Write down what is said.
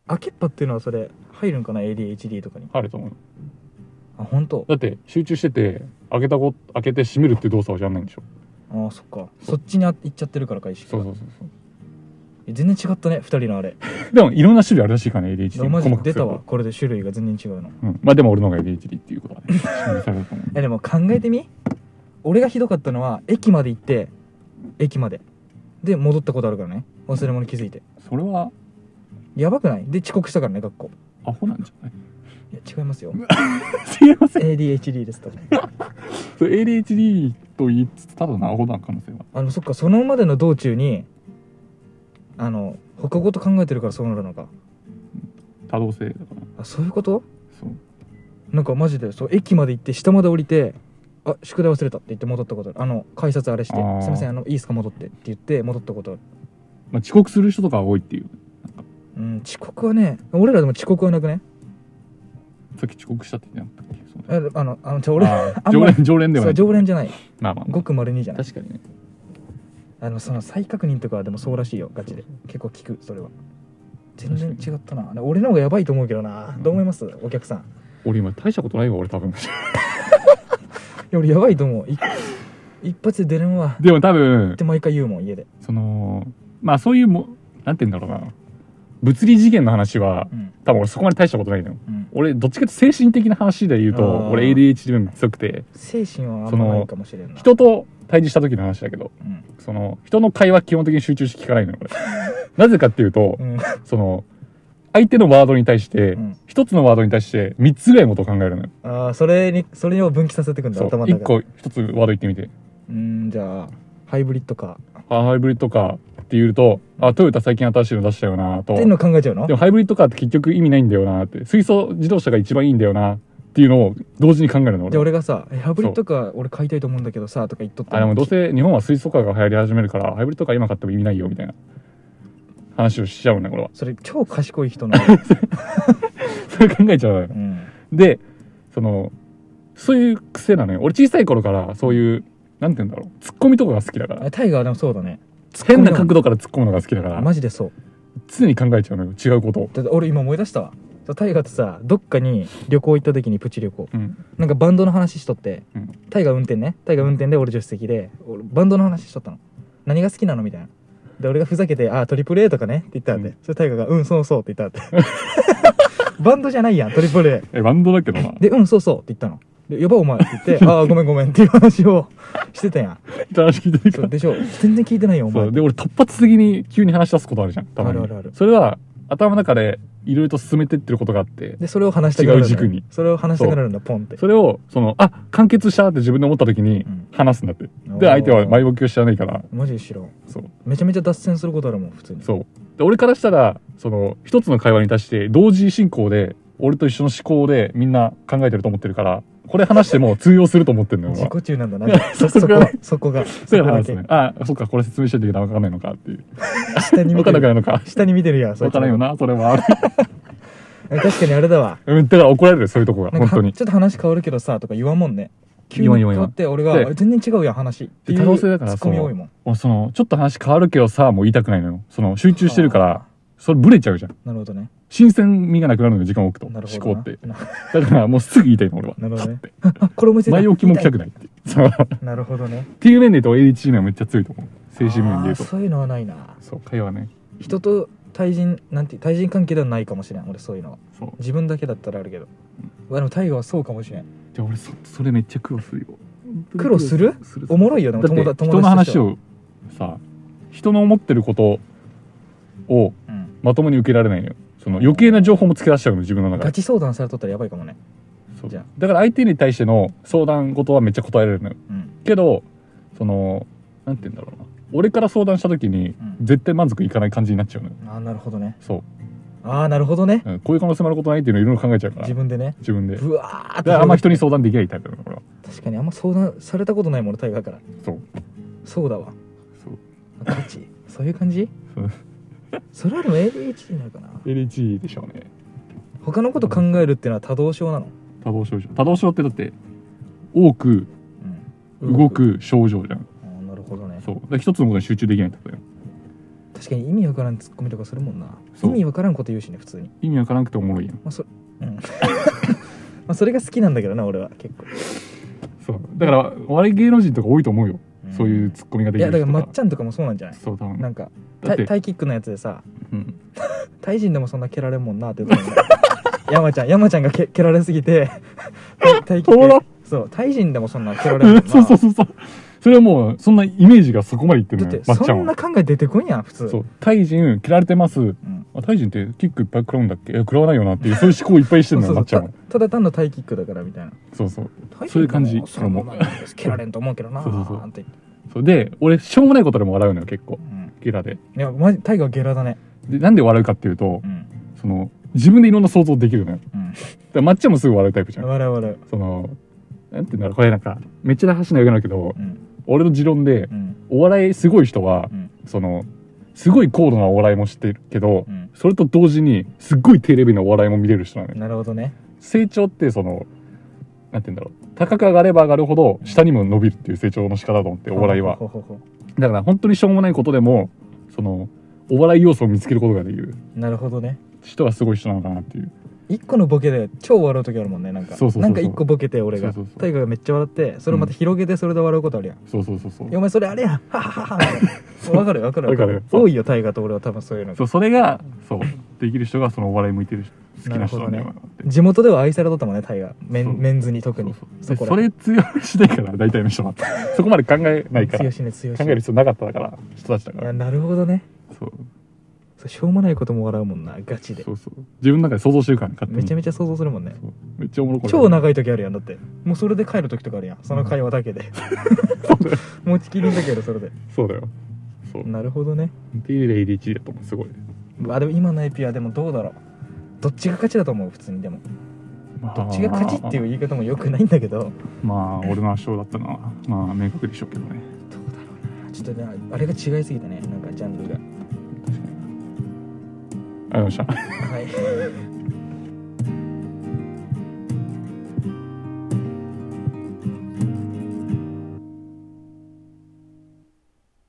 開けっぱっていうのはそれ入るんかな ADHD とかに。 入ると思う。 あ、本当。 だって集中してて開けて閉めるっていう動作をじゃないんでしょ。 ああ、そっか。そっちに行っちゃってるからか意識が。 そう全然違ったね、2人のあれ。 でもいろんな種類あるらしいからね ADHD。 マジ出たわ、これで種類が全然違うの。 まあでも俺の方が ADHD っていうことはね示されると思う。 でも考えてみ、俺がひどかったのは駅まで行って駅までで戻ったことあるからね、忘れ物気づいて。 それはやばくない？で遅刻したからね、学校。 アホなんじゃない？ いや違いますよ違いません。 ADHD ですと。 それ ADHD と言いつつただのアホな可能性は。 そっか、そのまでの道中に他ごと考えてるからそうなるのか。 多動性だから。 あ、そういうこと？ そうなんかマジでそう駅まで行って下まで降りて、あ、宿題忘れたって言って戻ったことある。改札あれして、すいませんいいですか戻ってって言って戻ったことある。 まあ遅刻する人とかが多いっていう。 うん、遅刻はね、俺らでも遅刻はなくね。 さっき遅刻したって言ってなかったっけ？ 俺常連ではない。 常連じゃない。 まあまあごくまれにじゃない。 確かにね。 その再確認とかはでもそうらしいよ、ガチで。結構聞く、それは。全然違ったな。俺の方がやばいと思うけどな。どう思います、お客さん？ 俺今大したことないわ、俺多分。いや、俺やばいと思う。一発で出れんわでも多分って毎回言うもん、家で。 まあそういうなんて言うんだろうな、物理次元の話は、多分俺そこまで大したことないのよ。俺どっちかというと精神的な話で言うと俺 ADHD 分強くて、 精神はあんまないかもしれんな。 人と対峙した時の話だけど、人の会話基本的に集中して聞かないのよ俺。なぜかっていうと、相手のワードに対して、一つのワードに対して3つぐらいのことを考えるのよ。 ああ、それを分岐させていくんだ、頭の中で。 一つワード言ってみて。 じゃあハイブリッドか。 ハイブリッドカーって言うと、トヨタ最近新しいの出したよなと。 っていうのを考えちゃうの？ でもハイブリッドカーって結局意味ないんだよなって。水素自動車が一番いいんだよなっていうのを同時に考えるの俺。 で俺がさ、ハイブリッドカー俺買いたいと思うんだけどさとか言っとった。 でもどうせ日本は水素カーが流行り始めるからハイブリッドカー今買っても意味ないよみたいな話をしちゃうね、これは。 それ超賢い人のそれ考えちゃうのよ。でそういう癖なのよ。俺小さい頃からそういうなんて言うんだろう、ツッコミとかが好きだから。 タイガーでもそうだね。 変な角度から突っ込むのが好きだから。 マジでそう。 常に考えちゃうのよ、違うことを。 だって俺今思い出したわ。タイガーとさ、どっかに旅行行った時にプチ旅行、なんかバンドの話しとって、タイガー運転ね。タイガー運転で俺助手席で俺バンドの話しとったの。何が好きなのみたいな。で俺がふざけて、トリプル A とかねって言ったんで、それタイガーがそうそうって言ったってバンドじゃないやん、トリプル A。バンドだけどな。 でそうそうって言ったの。でやばお前って言ってごめんごめんっていう話をしてたやん。 話聞いてるかでしょ。全然聞いてないよお前。 で俺突発的に急に話し出すことあるじゃん。 あるあるある。 それは頭の中でいろいろと進めてってることがあって、 でそれを話したくなるんだ。 違う軸にそれを話したくなるんだ、ポンって。 それを完結したって自分で思った時に話すんだって。で相手は前置きを知らないから。 マジで知らん。 そう。 めちゃめちゃ脱線することあるもん普通に。 そう。で俺からしたら一つの会話に対して同時進行で俺と一緒の思考でみんな考えてると思ってるから、これ話しても通用すると思ってるのよ。 自己中なんだな。そこが。 そう話すね。そっか、これ説明してるけど分かんないのかっていう。 下に見てる。 分かんなくなるのか。 下に見てるやん。 分からんよな、それは。 確かにあれだわ。 だから怒られる、そういうとこが。本当に。 ちょっと話変わるけどさ、とか言わんもんね。急に変わって俺が全然違うやん話っていうツッコミ多いもん。 ちょっと話変わるけどさ、もう言いたくないのよ。集中してるから、それブレちゃうじゃん。 なるほどね。 新鮮味がなくなるのよ、時間を置くと。思考って。だからもうすぐ言いたいの、俺は。 なるほどね。これ思いついた。 前置きも来たくないって。 なるほどね。 っていう面で言うと ADHD はめっちゃ強いと思う。精神面で言うと。 そういうのはないな。 そう、会話ね。 人と対人関係ではないかもしれん、俺そういうのは。自分だけだったらあるけど。でもタイガーはそうかもしれん。 じゃあ俺それめっちゃ苦労するよ。 苦労する？おもろいよ。でも友達人の話をさ、人の思ってることをまともに受けられないのよ。余計な情報も付け出しちゃうの、自分の中で。 ガチ相談されとったらやばいかもね。 そうだから相手に対しての相談事はめっちゃ答えられるのよ。けどなんて言うんだろうな、俺から相談した時に絶対満足いかない感じになっちゃうのよ。 なるほどね。 そう。 なるほどね。 こういう可能性もあることないっていうのをいろいろ考えちゃうから。 自分でね。 うわーって。あんま人に相談できないタイプなの、これは。 確かにあんま相談されたことないもん、タイガーから。そうだわ。 そう。 ガチ。そういう感じ？それよりも ADHD なのかな。 ADHD でしょうね。 他のこと考えるっていうのは多動症なの？ 多動症でしょ。多動症ってだって多く動く症状じゃん。 なるほどね。 そう。一つのことに集中できないってことだよ。 確かに意味わからんツッコミとかするもんな。意味わからんこと言うしね普通に。 意味わからなくておもろいやん。 まあそれが好きなんだけどな俺は結構。 そうだからお笑い芸能人とか多いと思うよ、そういうツッコミができる人いやだからまっちゃんとかもそうなんじゃない。 そう多分なんかだってタイキックのやつでさ、タイ人でもそんな蹴られんもんなって言ってたの山ちゃんが蹴られすぎてタイキックそうタイ人でもそんな蹴られんもんなそうそれはもうそんなイメージがそこまでいってるのよ。 だってそんな考え出てこんやん普通。 そうタイ人蹴られてます、タイ人ってキックいっぱい食らうんだっけ、いや食らわないよなっていうそういう思考いっぱいしてるのよまっちゃんは。 ただ単のタイキックだからみたいな。 そういう感じ。 その蹴られんと思うけどなーって。 そうで俺しょうもないことでも笑うのよ結構、ゲラで。 いやマジタイガーゲラだね。 でなんで笑うかっていうと、その自分でいろんな想像できるのよ。だからまっちゃんもすぐ笑うタイプじゃん。 笑う。 そのなんていうんだろう、これなんかめっちゃ話長くなるけど、俺の持論で、お笑いすごい人は、そのすごい高度なお笑いも知ってるけど、それと同時にすっごい低レベルなお笑いも見れる人なのよ。 なるほどね。 成長ってそのなんていうんだろう、高く上がれば上がるほど下にも伸びるっていう成長の仕方だと思って、お笑いは。だから本当にしょうもないことでもそのお笑い要素を見つけることができる。 なるほどね。 人はすごい人なのかなっていう。 一個のボケで超笑う時あるもんね。なんか一個ボケて俺がタイガーがめっちゃ笑ってそれをまた広げてそれで笑うことあるやん。 そういやお前それあれやんははははわかる多いよタイガーと俺は多分そういうの。 それができる人がそのお笑い向いてる好きな人なんだよ。 地元では愛されとったもんねタイガー。メンズに特に。 それ通用しないから大体の人はそこまで考えないから、考える必要なかったから人たちだから。 いやなるほどね。 そうしょうもないことも笑うもんなガチで。 自分の中で想像してるからね。 めちゃめちゃ想像するもんね。 めっちゃおもろい。 超長い時あるやんだって。もうそれで帰る時とかあるやんその会話だけで。持ちきりんだけどそれで。 そうだよ。 なるほどね。 ADHD だと思うすごい。 でも今のエピはでもどうだろう。どっちが勝ちだと思う普通に。でもどっちが勝ちっていう言い方もよくないんだけど、 まあ俺の圧勝だったのはまあ明確でしょうけどね。 どうだろうな。ちょっとねあれが違いすぎたねなんかジャンルが。 ありがとうございました。 はい